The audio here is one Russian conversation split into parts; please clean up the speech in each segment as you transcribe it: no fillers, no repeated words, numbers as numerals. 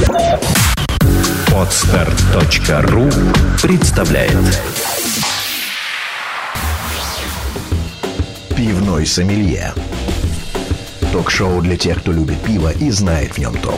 Podster.ru представляет «Пивной сомелье». Ток-шоу для тех, кто любит пиво и знает в нем толк.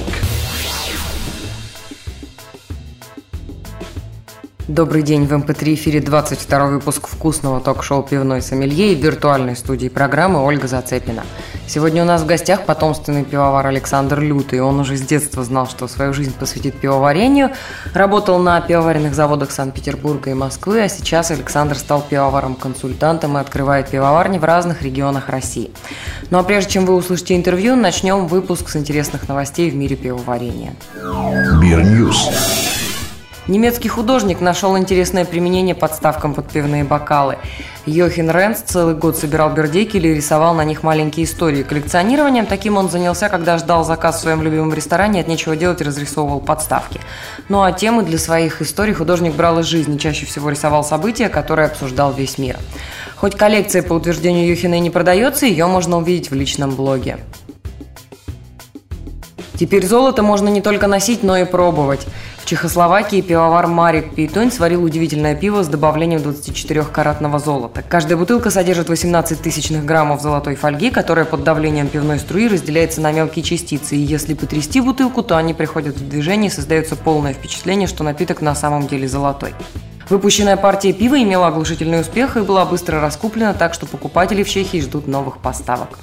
Добрый день, в МП3 эфире 22-й выпуск вкусного ток-шоу «Пивной сомелье» и в виртуальной студии программы Ольга Зацепина. Сегодня у нас в гостях потомственный пивовар Александр Лютый. Он уже с детства знал, что свою жизнь посвятит пивоварению, работал на пивоваренных заводах Санкт-Петербурга и Москвы, а сейчас Александр стал пивоваром-консультантом и открывает пивоварни в разных регионах России. Ну а прежде чем вы услышите интервью, начнем выпуск с интересных новостей в мире пивоварения. Бирньюз. Немецкий художник нашел интересное применение подставкам под пивные бокалы. Йохин Ренц целый год собирал бердейки и рисовал на них маленькие истории. Коллекционированием таким он занялся, когда ждал заказ в своем любимом ресторане, от нечего делать и разрисовывал подставки. Ну а темы для своих историй художник брал из жизни, чаще всего рисовал события, которые обсуждал весь мир. Хоть коллекция по утверждению Йохина и не продается, ее можно увидеть в личном блоге. Теперь золото можно не только носить, но и пробовать. В Чехословакии пивовар Марек Пейтонь сварил удивительное пиво с добавлением 24-каратного золота. Каждая бутылка содержит 18 тысячных граммов золотой фольги, которая под давлением пивной струи разделяется на мелкие частицы. И если потрясти бутылку, то они приходят в движение и создается полное впечатление, что напиток на самом деле золотой. Выпущенная партия пива имела оглушительный успех и была быстро раскуплена, так что покупатели в Чехии ждут новых поставок.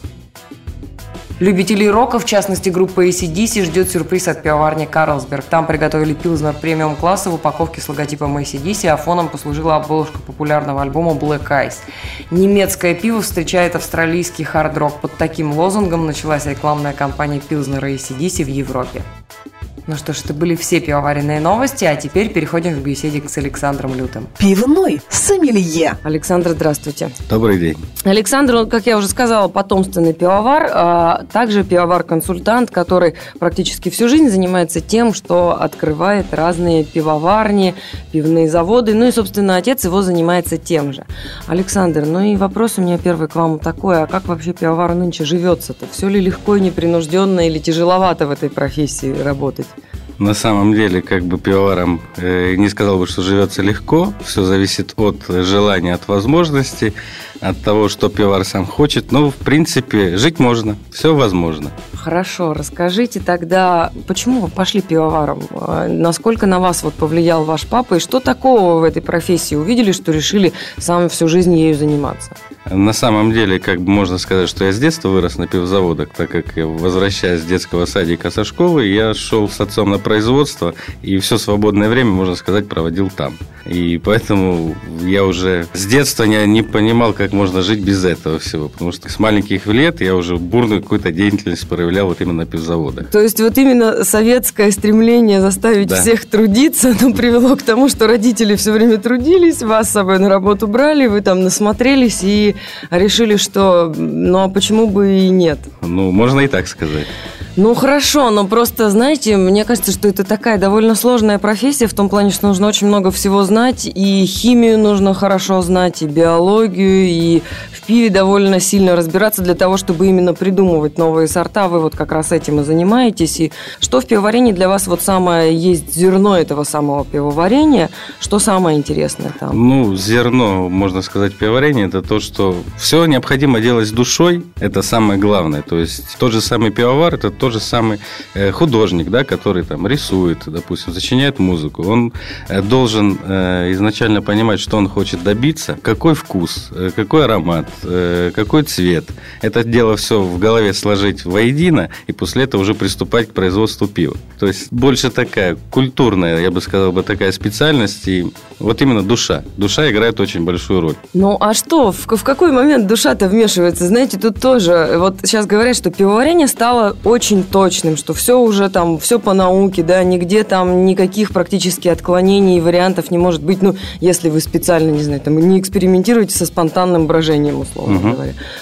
Любителей рока, в частности группа AC/DC, ждет сюрприз от пивоварни Карлсберг. Там приготовили пилзнер премиум-класса в упаковке с логотипом AC/DC, а фоном послужила обложка популярного альбома Black Ice. Немецкое пиво встречает австралийский хард-рок. Под таким лозунгом началась рекламная кампания пилзнера AC/DC в Европе. Ну что ж, это были все пивоваренные новости, а теперь переходим к беседе с Александром Лютым. Пивной сомелье. Александр, здравствуйте. Добрый день. Александр, как я уже сказала, потомственный пивовар, а также пивовар-консультант, который практически всю жизнь занимается тем, что открывает разные пивоварни, пивные заводы, ну и, собственно, отец его занимается тем же. Александр, ну и вопрос у меня первый к вам такой, а как вообще пивовару нынче живется-то? Все ли легко и непринужденно или тяжеловато в этой профессии работать? На самом деле, пивоварам не сказал бы, что живется легко. Все зависит от желания, от возможностей, от того, что пивовар сам хочет. Но, в принципе, жить можно, все возможно. Хорошо, расскажите тогда, почему вы пошли пивоваром? Насколько на вас повлиял ваш папа? И что такого в этой профессии увидели, что решили сами всю жизнь ею заниматься? На самом деле, можно сказать, что я с детства вырос на пивзаводах, так как, возвращаясь с детского садика со школы, я шел с отцом на производство и все свободное время, можно сказать, проводил там. И поэтому я уже с детства не понимал, как можно жить без этого всего, потому что с маленьких лет я уже бурную какую-то деятельность проявлял именно на пивзаводах. То есть именно советское стремление заставить всех трудиться, оно привело к тому, что родители все время трудились, вас с собой на работу брали, вы там насмотрелись и решили, что а почему бы и нет? Можно и так сказать. Хорошо, но просто, знаете, мне кажется, что это такая довольно сложная профессия, в том плане, что нужно очень много всего знать, и химию нужно хорошо знать, и биологию, и в пиве довольно сильно разбираться для того, чтобы именно придумывать новые сорта. Вы как раз этим и занимаетесь. И что в пивоварении для вас самое есть зерно этого самого пивоварения? Что самое интересное там? Зерно, можно сказать, пивоварения, это то, что все необходимо делать с душой, это самое главное. То есть тот же самый пивовар, это тот же самый художник, который рисует, допустим, сочиняет музыку. Он должен изначально понимать, что он хочет добиться, какой вкус, какой аромат, какой цвет. Это дело все в голове сложить воедино и после этого уже приступать к производству пива. То есть больше такая культурная, я бы сказал, такая специальность, и именно душа. Душа играет очень большую роль. А что? В какой момент душа-то вмешивается? Знаете, тут тоже, сейчас говорят, что пивоварение стало очень точным, что все уже все по науке, нигде никаких практически отклонений и вариантов не может быть, если вы специально, не экспериментируете со спонтанным брожением, условно говоря.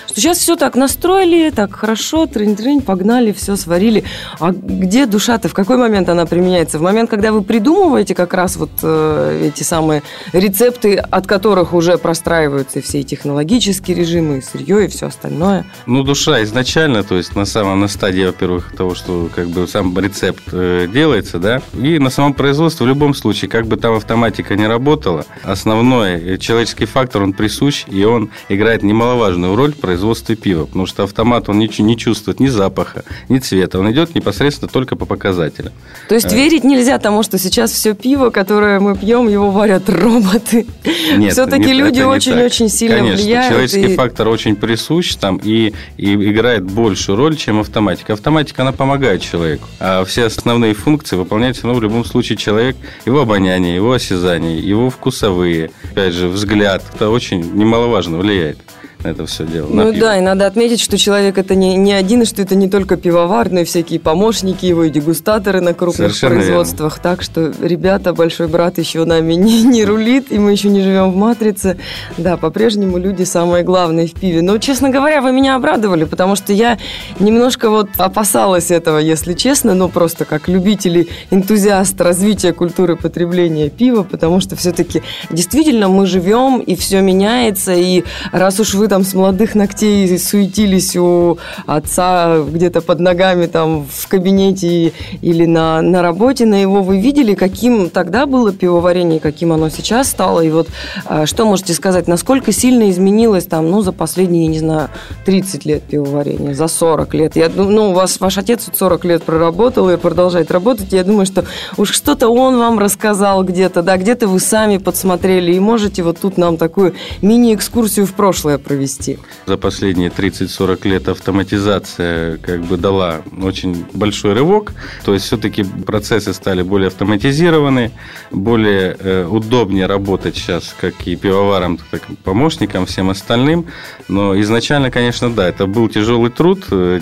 Что сейчас все так настроили, так хорошо, трынь-трынь, погнали, все сварили. А где душа-то, в какой момент она применяется? В момент, когда вы придумываете как раз вот эти самые рецепты, от которых уже простраиваются все и технологические режимы, и сырье, и все остальное? Ну, душа изначально, то есть на стадии, во-первых, того, что как бы сам рецепт делается, да, и на самом производстве в любом случае, как бы там автоматика не работала, основной человеческий фактор, он присущ, и он играет немаловажную роль в производстве пива, потому что автомат, он ничего не чувствует ни запаха, ни цвета, он идет непосредственно только по показателям. То есть верить нельзя тому, что сейчас все пиво, которое мы пьем, его варят роботы. Нет, все-таки люди очень-очень сильно Конечно, влияют. Человеческий фактор очень присущ там и играет большую роль, чем автоматика. Автоматика, она помогает человеку, а все основные функции выполняет в любом случае человек, его обоняние, его осязание, его вкусовые, опять же, взгляд. Это очень немаловажно влияет на это все дело. Ну да, и надо отметить, что человек это не один, и что это не только пивовар, но и всякие помощники его, и дегустаторы на крупных Совершенно производствах. Верно. Так что, ребята, большой брат еще нами не рулит, и мы еще не живем в матрице. Да, по-прежнему люди самые главные в пиве. Но, честно говоря, вы меня обрадовали, потому что я немножко вот опасалась этого, если честно, но просто как любитель и энтузиаст развития культуры потребления пива, потому что все-таки действительно мы живем, и все меняется, и раз уж вы там с молодых ногтей суетились у отца где-то под ногами там в кабинете или на работе на его, вы видели, каким тогда было пивоварение, каким оно сейчас стало, и вот что можете сказать, насколько сильно изменилось там, ну, за последние, не знаю, 30 лет пивоварения, за 40 лет. Я, ну, ваш отец 40 лет проработал и продолжает работать, я думаю, что уж что-то он вам рассказал где-то, да, где-то вы сами подсмотрели, и можете вот тут нам такую мини-экскурсию в прошлое провести. За последние 30-40 лет автоматизация как бы дала очень большой рывок, то есть все-таки процессы стали более автоматизированы, более удобнее работать сейчас как и пивоварам, так и помощникам, всем остальным, но изначально, конечно, да, это был тяжелый труд,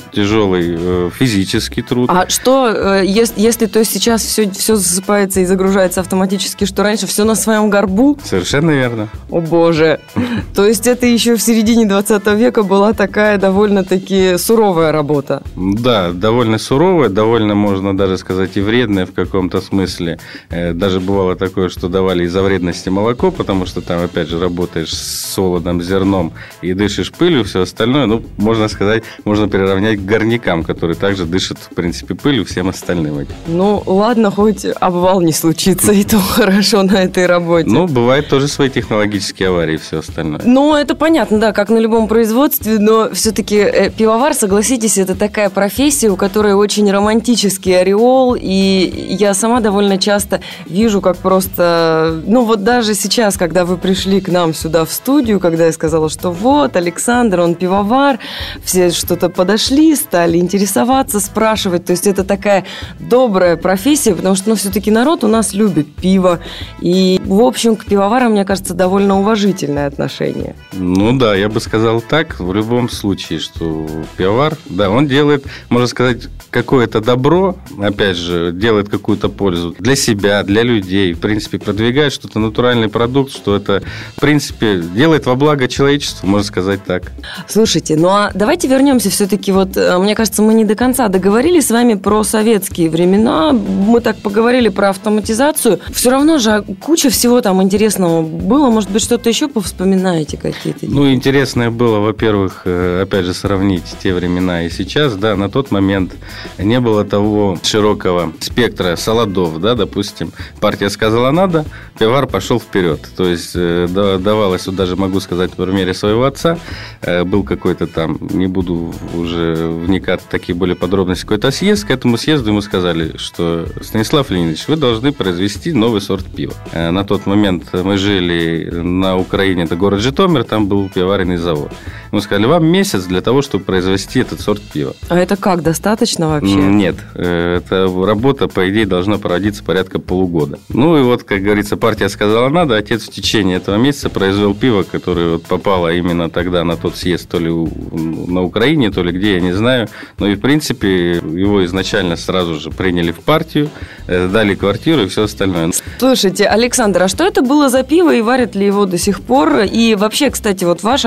тяжелый физический труд. А что, если то есть сейчас все засыпается и загружается автоматически, что раньше все на своем горбу? Совершенно верно. О боже, то есть это еще в середине 20 века была такая довольно-таки суровая работа. Да, довольно суровая, довольно, можно даже сказать, и вредная в каком-то смысле. Даже бывало такое, что давали из-за вредности молоко, потому что там, опять же, работаешь с солодом, зерном и дышишь пылью, все остальное, ну, можно сказать, можно приравнять к горнякам, которые также дышат, в принципе, пылью всем остальным. Ну, ладно, хоть обвал не случится, и то хорошо на этой работе. Ну, бывают тоже свои технологические аварии и все остальное. Ну, это понятно, да, как на любом производстве, но все-таки пивовар, согласитесь, это такая профессия, у которой очень романтический ореол, и я сама довольно часто вижу, как просто, ну вот даже сейчас, когда вы пришли к нам сюда в студию, когда я сказала, что вот, Александр, он пивовар, все что-то подошли, стали интересоваться, спрашивать, то есть это такая добрая профессия, потому что, ну, все-таки народ у нас любит пиво, и, в общем, к пивоварам, мне кажется, довольно уважительное отношение. Ну да, я бы сказал так, в любом случае, что пивовар, да, он делает, можно сказать, какое-то добро, опять же, делает какую-то пользу для себя, для людей, в принципе, продвигает что-то, натуральный продукт, что это, в принципе, делает во благо человечеству, можно сказать так. Слушайте, ну а давайте вернемся все-таки, вот, мне кажется, мы не до конца договорили с вами про советские времена, мы так поговорили про автоматизацию, все равно же куча всего там интересного было, может быть, что-то еще повспоминаете какие-то? Ну, интересное было, во-первых, опять же, сравнить те времена и сейчас, да, на тот момент не было того широкого спектра солодов, да, допустим, партия сказала надо, пивовар пошел вперед, то есть давалось, вот даже могу сказать, в примере своего отца, был какой-то там, не буду уже вникать в такие более подробности, какой-то съезд, к этому съезду ему сказали, что Станислав Леонидович, вы должны произвести новый сорт пива. На тот момент мы жили на Украине, это город Житомир, там был пивоваренный завод. Ему сказали, вам месяц для того, чтобы произвести этот сорт пива. А это как, достаточно вообще? Нет, эта работа, по идее, должна проводиться порядка полугода. Ну и вот, как говорится, партия сказала надо, отец в течение этого месяца произвел пиво, которое вот попало именно тогда на тот съезд, то ли на Украине, то ли где, я не знаю. Но и, в принципе, его изначально сразу же приняли в партию, дали квартиру и все остальное. Слушайте, Александр, а что это было за пиво и варят ли его до сих пор? И вообще, кстати, вот ваш отец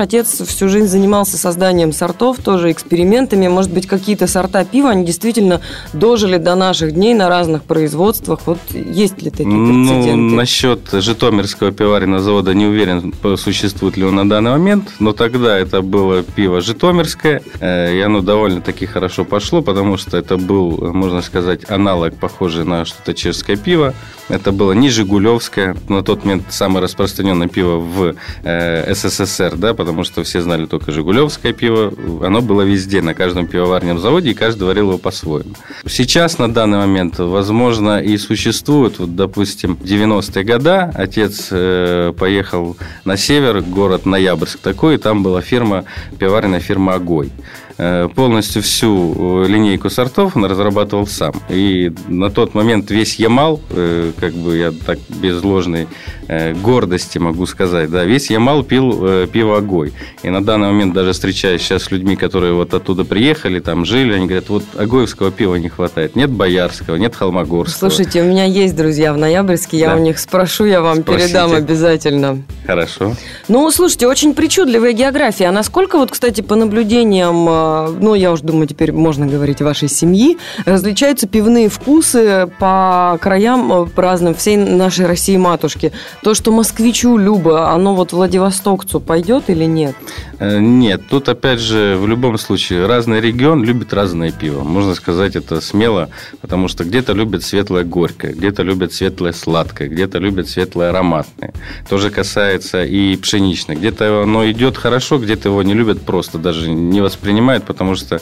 отец всю жизнь занимался созданием сортов, тоже экспериментами. Может быть, какие-то сорта пива, они действительно дожили до наших дней на разных производствах. Вот есть ли такие прецеденты? Ну, насчет Житомирского пивоваренного завода не уверен, существует ли он на данный момент, но тогда это было пиво житомирское, и оно довольно-таки хорошо пошло, потому что это был, можно сказать, аналог, похожий на что-то чешское пиво. Это было не жигулевское, на тот момент самое распространенное пиво в СССР, да, потому что все знали только жигулевское пиво. Оно было везде, на каждом пивоваренном заводе, и каждый варил его по-своему. Сейчас, на данный момент, возможно, и существует, вот, допустим, в 90-е годы отец поехал на север, город Ноябрьск такой, и там была пивоваренная фирма «Огой». Полностью всю линейку сортов он разрабатывал сам. И на тот момент весь Ямал, как бы я так без ложной гордости могу сказать, да, весь Ямал пил пиво «Огой». И на данный момент, даже встречаясь сейчас с людьми, которые вот оттуда приехали, там жили, они говорят, вот огоевского пива не хватает. Нет боярского, нет холмогорского. Слушайте, у меня есть друзья в Ноябрьске, я у них спрошу, я вам передам обязательно. Хорошо. Ну, слушайте, очень причудливая география. А насколько, вот, кстати, по наблюдениям, ну, я уж думаю, теперь можно говорить вашей семьи, различаются пивные вкусы по краям, по разным, всей нашей России-матушки? То, что москвичу любо, оно вот владивостокцу пойдет или нет? Нет, тут, опять же, в любом случае, разный регион любит разное пиво. Можно сказать это смело, потому что где-то любят светлое горькое, где-то любят светлое сладкое, где-то любят светлое ароматное. То же касается и пшеничное. Где-то оно идет хорошо, где-то его не любят просто, даже не воспринимают, потому что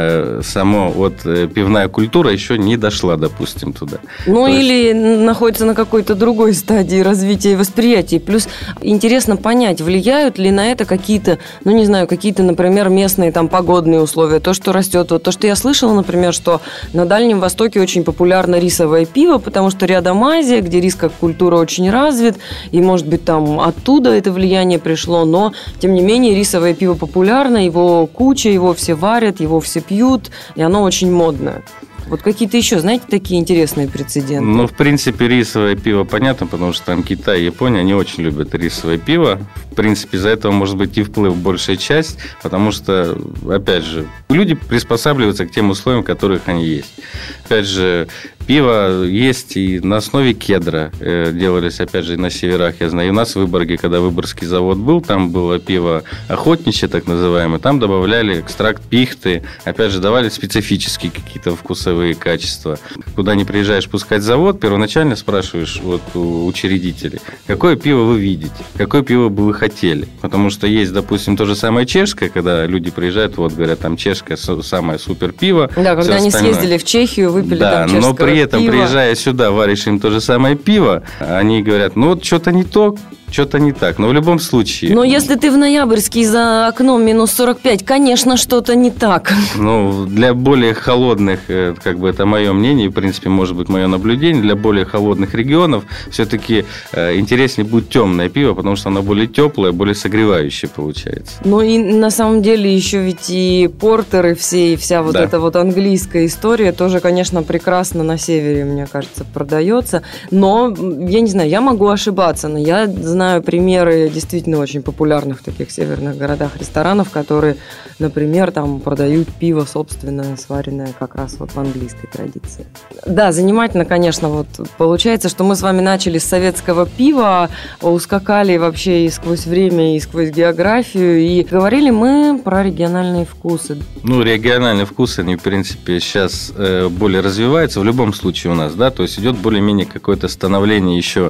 само вот пивная культура еще не дошла, допустим, туда. Ну, то или находится на какой-то другой стадии развития и восприятия. Плюс интересно понять, влияют ли на это какие-то, ну, не знаю, какие-то, например, местные там погодные условия, то, что растет. Вот то, что я слышала, например, что на Дальнем Востоке очень популярно рисовое пиво, потому что рядом Азия, где рис как культура очень развит, и, может быть, там оттуда это влияние пришло, но, тем не менее, рисовое пиво популярно, его куча, его все варят, его все пьют, и оно очень модное. Вот какие-то еще, знаете, такие интересные прецеденты? Ну, в принципе, рисовое пиво понятно, потому что там Китай и Япония, они очень любят рисовое пиво. В принципе, из-за этого может быть и вплыв большая часть, потому что, опять же, люди приспосабливаются к тем условиям, в которых они есть. Опять же, пиво есть и на основе кедра. Делались, опять же, и на северах, я знаю. И у нас в Выборге, когда Выборгский завод был, там было пиво охотничье, так называемое. Там добавляли экстракт пихты. Опять же, давали специфические какие-то вкусовые качества. Куда не приезжаешь пускать завод, первоначально спрашиваешь вот у учредителей, какое пиво вы видите, какое пиво бы вы хотели. Потому что есть, допустим, то же самое чешское, когда люди приезжают, вот говорят, там чешское самое супер пиво. Да, когда они съездили в Чехию, выпили там чешского пива. Но при этом, приезжая сюда, варишь им то же самое пиво, они говорят, ну вот что-то не то, что-то не так. Но в любом случае... Но если ты в Ноябрьске, за окном минус 45, конечно, что-то не так. Ну, для более холодных, как бы это мое мнение, в принципе, может быть, мое наблюдение, для более холодных регионов все-таки интереснее будет темное пиво, потому что оно более теплое, более согревающее получается. Ну и на самом деле еще ведь и портеры все, и вся вот эта вот английская история тоже, конечно, прекрасно на севере, мне кажется, продается. Но, я не знаю, я могу ошибаться, но я знаю примеры действительно очень популярных в таких северных городах ресторанов, которые, например, там продают пиво собственное, сваренное как раз вот в английской традиции. Да, занимательно, конечно, вот получается, что мы с вами начали с советского пива, ускакали вообще и сквозь время, и сквозь географию, и говорили мы про региональные вкусы. Ну, региональные вкусы, они, в принципе, сейчас более развиваются в любом случае у нас, да, то есть идет более-менее какое-то становление еще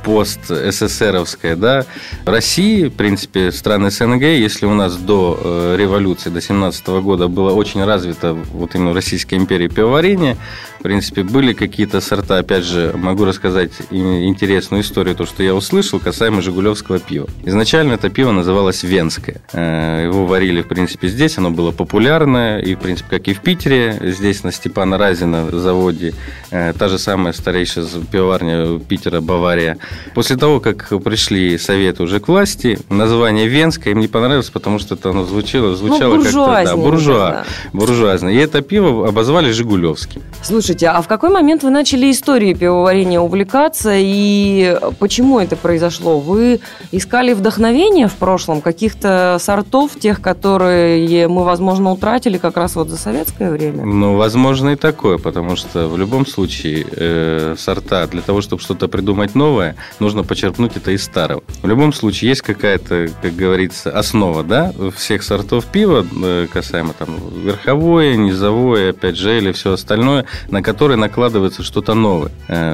пост-СССРовское, да. России, в принципе, страны СНГ, если у нас до революции, до 17 года было очень развито вот именно в Российской империи пивоварение, в принципе, были какие-то сорта, опять же, могу рассказать интересную историю, то, что я услышал касаемо жигулевского пива. Изначально это пиво называлось венское. Его варили, в принципе, здесь, оно было популярное, и, в принципе, как и в Питере, здесь на Степана Разина заводе, та же самая старейшая пивоварня Питера, Бавария. После того, как пришли советы уже к власти, название венское им не понравилось, потому что это оно звучало как-то буржуазно. И это пиво обозвали жигулевским. Слушайте, Слушайте, а в какой момент вы начали историей пивоварения увлекаться и почему это произошло? Вы искали вдохновение в прошлом, каких-то сортов, тех, которые мы, возможно, утратили как раз вот за советское время? Ну, возможно и такое, потому что в любом случае сорта, для того, чтобы что-то придумать новое, нужно почерпнуть это из старого. В любом случае есть какая-то, как говорится, основа, да, всех сортов пива, касаемо там верховое, низовое, опять же, или все остальное, на которое накладывается что-то новое.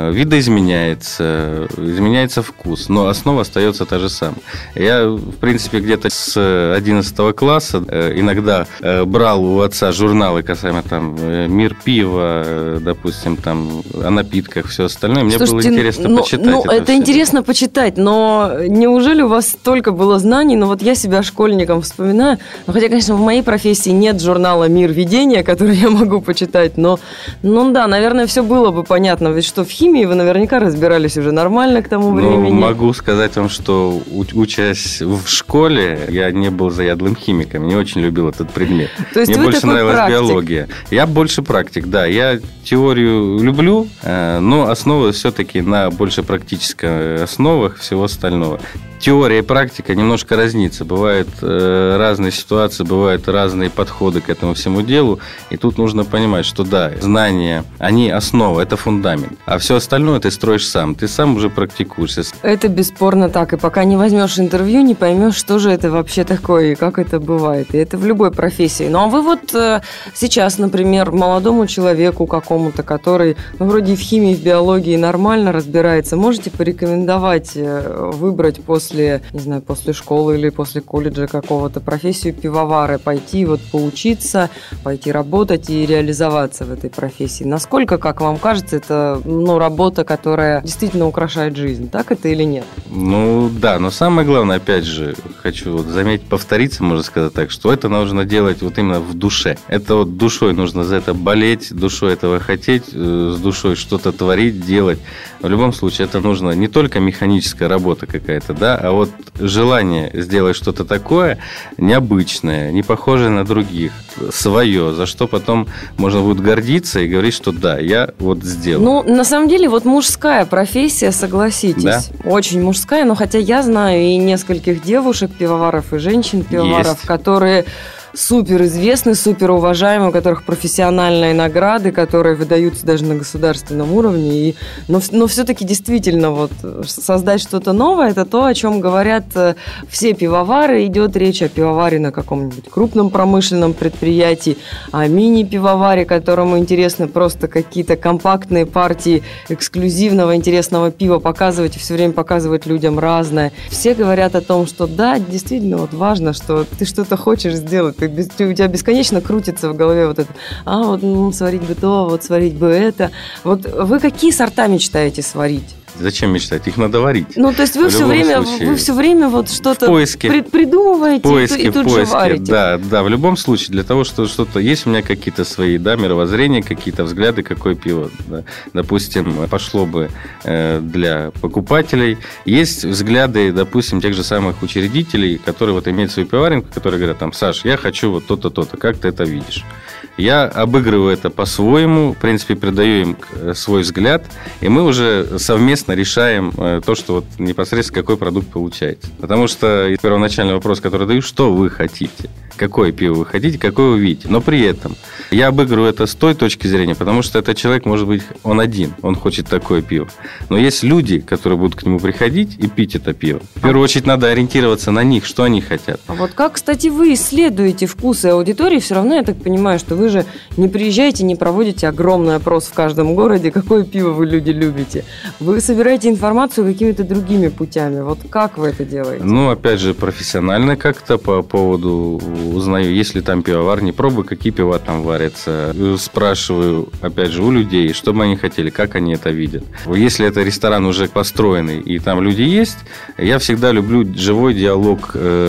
Видоизменяется, изменяется вкус, но основа остается та же самая. Я, в принципе, где-то с 11 класса иногда брал у отца журналы касаемо там «Мир пива», допустим, там о напитках, все остальное. Мне было интересно почитать. Ну, это интересно почитать, но неужели у вас столько было знаний? Ну, вот я себя школьником вспоминаю. Ну, хотя, конечно, в моей профессии нет журнала «Мир ведения», который я могу почитать, но, ну да, наверное, все было бы понятно. Ведь что в химии вы наверняка разбирались уже нормально к тому времени. Ну, могу сказать вам, что учась в школе, я не был заядлым химиком, не очень любил этот предмет. То есть мне вы больше нравилась практик. Биология. Я больше практик, да. Я теорию люблю, но основываюсь все-таки на больше практических основах всего остального. Теория и практика немножко разнится. Бывают разные ситуации, бывают разные подходы к этому всему делу. И тут нужно понимать, что да, знания, они основа, это фундамент. А все остальное ты строишь сам. Ты сам уже практикуешься. Это бесспорно так. И пока не возьмешь интервью, не поймешь, что же это вообще такое и как это бывает. И это в любой профессии. Ну, а вы вот сейчас, например, молодому человеку какому-то, который вроде и в химии, и в биологии нормально разбирается, можете порекомендовать выбрать после школы или после колледжа какого-то профессию пивовара, пойти вот поучиться, пойти работать и реализоваться в этой профессии? Насколько, как вам кажется, это работа, которая действительно украшает жизнь? Так это или нет? Ну да, но самое главное, опять же, хочу заметить, повториться, можно сказать так, что это нужно делать вот именно в душе. Это вот душой нужно за это болеть, душой этого хотеть, с душой что-то творить, делать. В любом случае, это нужно не только механическая работа какая-то, да, а вот желание сделать что-то такое необычное, не похожее на других, свое, за что потом можно будет гордиться и говорить, что да, я вот сделал. Ну, на самом деле, вот мужская профессия, согласитесь, да? Очень мужская, но хотя я знаю и нескольких девушек-пивоваров, и женщин-пивоваров, которые суперизвестны, суперуважаемы, у которых профессиональные награды, которые выдаются даже на государственном уровне. Но все-таки действительно вот создать что-то новое – это то, о чем говорят все пивовары. Идет речь о пивоваре на каком-нибудь крупном промышленном предприятии, о мини-пивоваре, которому интересны просто какие-то компактные партии эксклюзивного интересного пива показывать и все время показывать людям разное. Все говорят о том, что да, действительно вот важно, что ты что-то хочешь сделать. У тебя бесконечно крутится в голове вот это, сварить бы то, вот сварить бы это. Вот вы какие сорта мечтаете сварить? Зачем мечтать? Их надо варить. Ну, то есть вы все время вот что-то придумываете и тут же варите. Да, в любом случае, для того, чтобы что-то... Есть у меня какие-то свои, да, мировоззрения, какие-то взгляды, какое пиво, да, допустим, пошло бы для покупателей. Есть взгляды, допустим, тех же самых учредителей, которые вот имеют свою пивоваренку, которые говорят, там, Саш, я хочу вот то-то, то-то, как ты это видишь? Я обыгрываю это по-своему, в принципе, придаю им свой взгляд, и мы уже совместно решаем то, что вот непосредственно какой продукт получается. Потому что первоначальный вопрос, который даю, что вы хотите? Какое пиво вы хотите, какое вы видите? Но при этом я обыгрываю это с той точки зрения, потому что этот человек, может быть, он один, он хочет такое пиво. Но есть люди, которые будут к нему приходить и пить это пиво. В первую очередь надо ориентироваться на них, что они хотят. А вот как, кстати, вы исследуете вкусы аудитории? Все равно, я так понимаю, что вы же не приезжаете, не проводите огромный опрос в каждом городе, какое пиво вы, люди, любите. Вы собираете информацию какими-то другими путями. Вот как вы это делаете? Ну, опять же, профессионально как-то по поводу узнаю, есть ли там пивовар, не пробую, какие пива там варятся. Спрашиваю, опять же, у людей, что бы они хотели, как они это видят. Если это ресторан уже построенный, и там люди есть, я всегда люблю живой диалог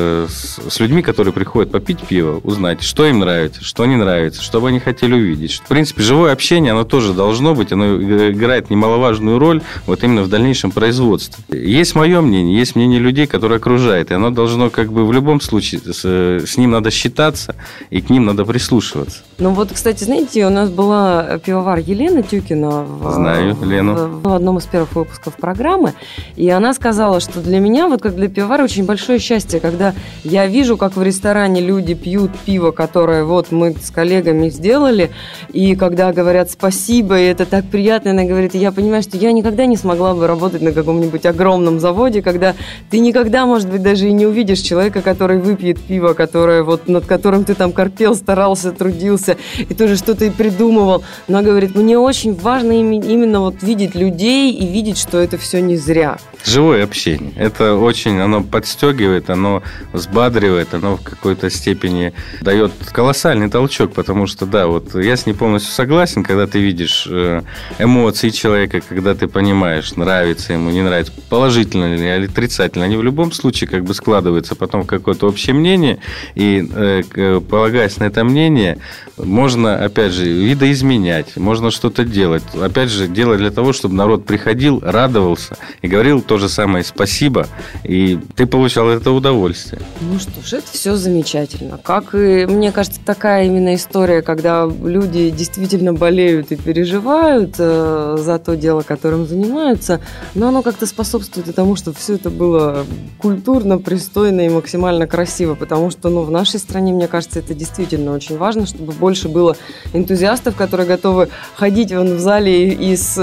с людьми, которые приходят попить пиво, узнать, что им нравится, что не нравится, что бы они хотели увидеть. В принципе, живое общение, оно тоже должно быть, оно играет немаловажную роль вот именно в дальнейшем производстве. Есть мое мнение, есть мнение людей, которые окружают, и оно должно как бы в любом случае, с ним надо считаться, и к ним надо прислушиваться. Ну вот, кстати, знаете, у нас была пивовар Елена Тюкина Знаю Лену. в одном из первых выпусков программы, и она сказала, что для меня, вот как для пивовара, очень большое счастье, когда я вижу, как в ресторане люди пьют пиво, которое вот мы с коллегами сделали, и когда говорят спасибо, и это так приятно, она говорит, и я понимаю, что я никогда не смогла бы работать на каком-нибудь огромном заводе, когда ты никогда, может быть, даже и не увидишь человека, который выпьет пиво, которое вот над которым ты там корпел, старался, трудился, и тоже что-то и придумывал. Но, говорит, мне очень важно именно вот видеть людей и видеть, что это все не зря. Живое общение. Это очень, оно подстегивает, оно взбадривает, оно в какой-то степени дает колоссальный толчок, потому что, да, вот я с ней полностью согласен, когда ты видишь эмоции человека, когда ты понимаешь, нравится ему, не нравится, положительно ли или отрицательно, они в любом случае как бы складываются потом в какое-то общее мнение, и полагаясь на это мнение, можно, опять же, видоизменять, можно что-то делать. Опять же, делать для того, чтобы народ приходил, радовался и говорил то же самое спасибо, и ты получал это удовольствие. Ну что ж, это все замечательно. Как и, мне кажется, такая именно история, когда люди действительно болеют и переживают за то дело, которым занимаются, но оно как-то способствует и тому, чтобы все это было культурно, пристойно и максимально красиво, потому что, в нашей стране, мне кажется, это действительно очень важно, чтобы больше было энтузиастов, которые готовы ходить в зале и с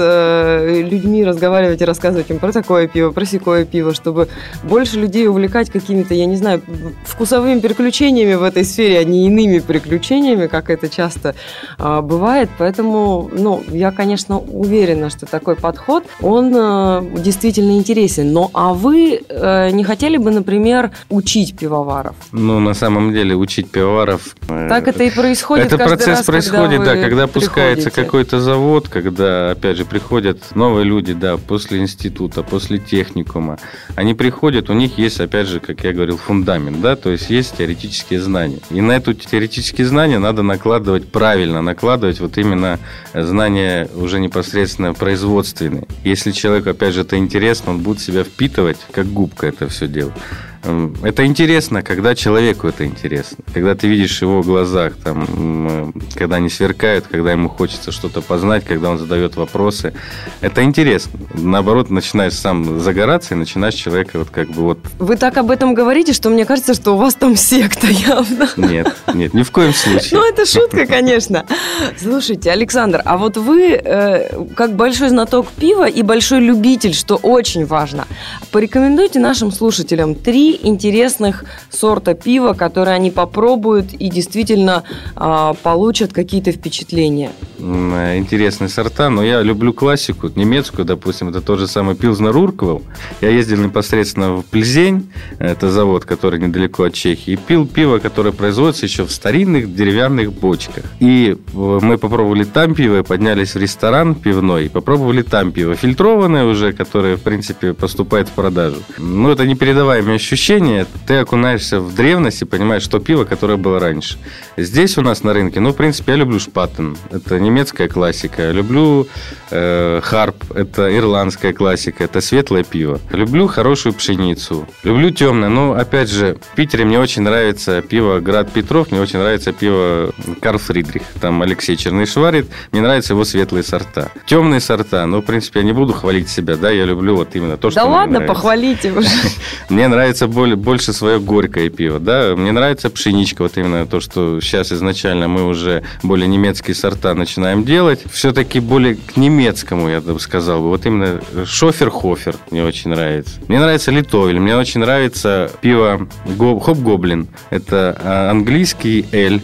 людьми разговаривать и рассказывать им про такое пиво, про сякое пиво, чтобы больше людей увлекать какими-то, я не знаю, вкусовыми приключениями в этой сфере, а не иными приключениями, как это часто бывает. Поэтому, я, конечно, уверена, что такой подход, он действительно интересен. Но а вы не хотели бы, например, учить пивоваров? На самом деле, учить пивоваров... Так это и происходит. Это процесс происходит, когда пускается какой-то завод, когда, опять же, приходят новые люди, да, после института, после техникума. Они приходят, у них есть, опять же, как я говорил, фундамент, да, то есть есть теоретические знания. И на эти теоретические знания надо правильно накладывать вот именно знания уже непосредственно производственные. Если человеку, опять же, это интересно, он будет себя впитывать, как губка это все дело. Это интересно, когда человеку это интересно. Когда ты видишь в его глазах, когда они сверкают, когда ему хочется что-то познать, когда он задает вопросы. Это интересно. Наоборот, начинаешь сам загораться и начинаешь человека Вы так об этом говорите, что мне кажется, что у вас там секта явно. Нет, ни в коем случае. Это шутка, конечно. Слушайте, Александр, а вот вы, как большой знаток пива и большой любитель, что очень важно, порекомендуйте нашим слушателям 3 интересных сорта пива, которые они попробуют и действительно получат какие-то впечатления. Интересные сорта, но я люблю классику, немецкую, допустим, это тот же самый Пилзнер Урквелл. Я ездил непосредственно в Пльзень, это завод, который недалеко от Чехии, и пил пиво, которое производится еще в старинных деревянных бочках. И мы попробовали там пиво, поднялись в ресторан пивной, попробовали там пиво, фильтрованное уже, которое, в принципе, поступает в продажу. Это непередаваемое ощущение. Ты окунаешься в древность и понимаешь, что пиво, которое было раньше. Здесь у нас на рынке, в принципе, я люблю Шпаттен, это немецкая классика. Люблю Харп, это ирландская классика, это светлое пиво. Люблю хорошую пшеницу. Люблю темное, но, опять же, в Питере мне очень нравится пиво Град Петров, мне очень нравится пиво Карл Фридрих. Там Алексей Черныш варит, мне нравятся его светлые сорта. Темные сорта, в принципе, я не буду хвалить себя, да, я люблю именно то, что мне нравится. Да ладно, похвалите уже. Мне нравится больше свое горькое пиво, да, мне нравится пшеничка, именно то, что сейчас изначально мы уже более немецкие сорта начинаем делать, все-таки более к немецкому, я бы сказал, именно Шофер-Хофер мне очень нравится. Мне нравится Литовель, мне очень нравится пиво Хоп-Гоблин, это английский эль,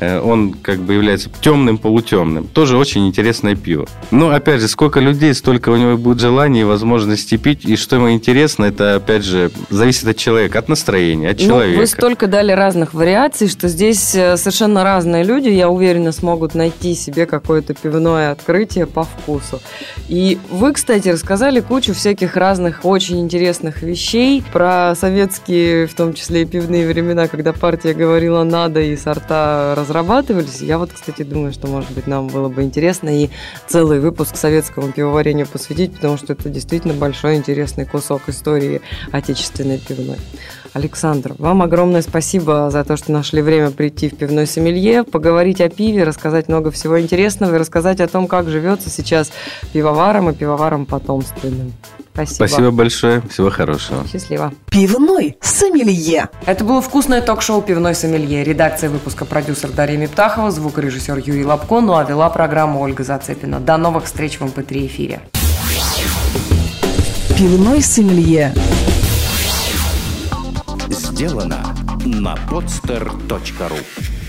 он является темным, полутемным, тоже очень интересное пиво. Опять же, сколько людей, столько у него будет желаний и возможности пить, и что ему интересно, это, опять же, зависит от человека, от настроения, от человека. Вы столько дали разных вариаций, что здесь совершенно разные люди, я уверена, смогут найти себе какое-то пивное открытие по вкусу. И вы, кстати, рассказали кучу всяких разных очень интересных вещей про советские, в том числе и пивные времена, когда партия говорила «надо» и сорта разрабатывались. Я кстати, думаю, что, может быть, нам было бы интересно и целый выпуск советскому пивоварению посвятить, потому что это действительно большой интересный кусок истории отечественной пивной. Александр, вам огромное спасибо за то, что нашли время прийти в пивной сомелье, поговорить о пиве, рассказать много всего интересного и рассказать о том, как живется сейчас пивоваром и пивоваром потомственным. Спасибо. Спасибо большое. Всего хорошего. Счастливо. Пивной сомелье. Это было вкусное ток-шоу «Пивной сомелье». Редакция выпуска продюсер Дарья Миптахова, звукорежиссер Юрий Лапко, ну а вела программу Ольга Зацепина. До новых встреч в МП3 эфире. Пивной сомелье. Сделано на podster.ru.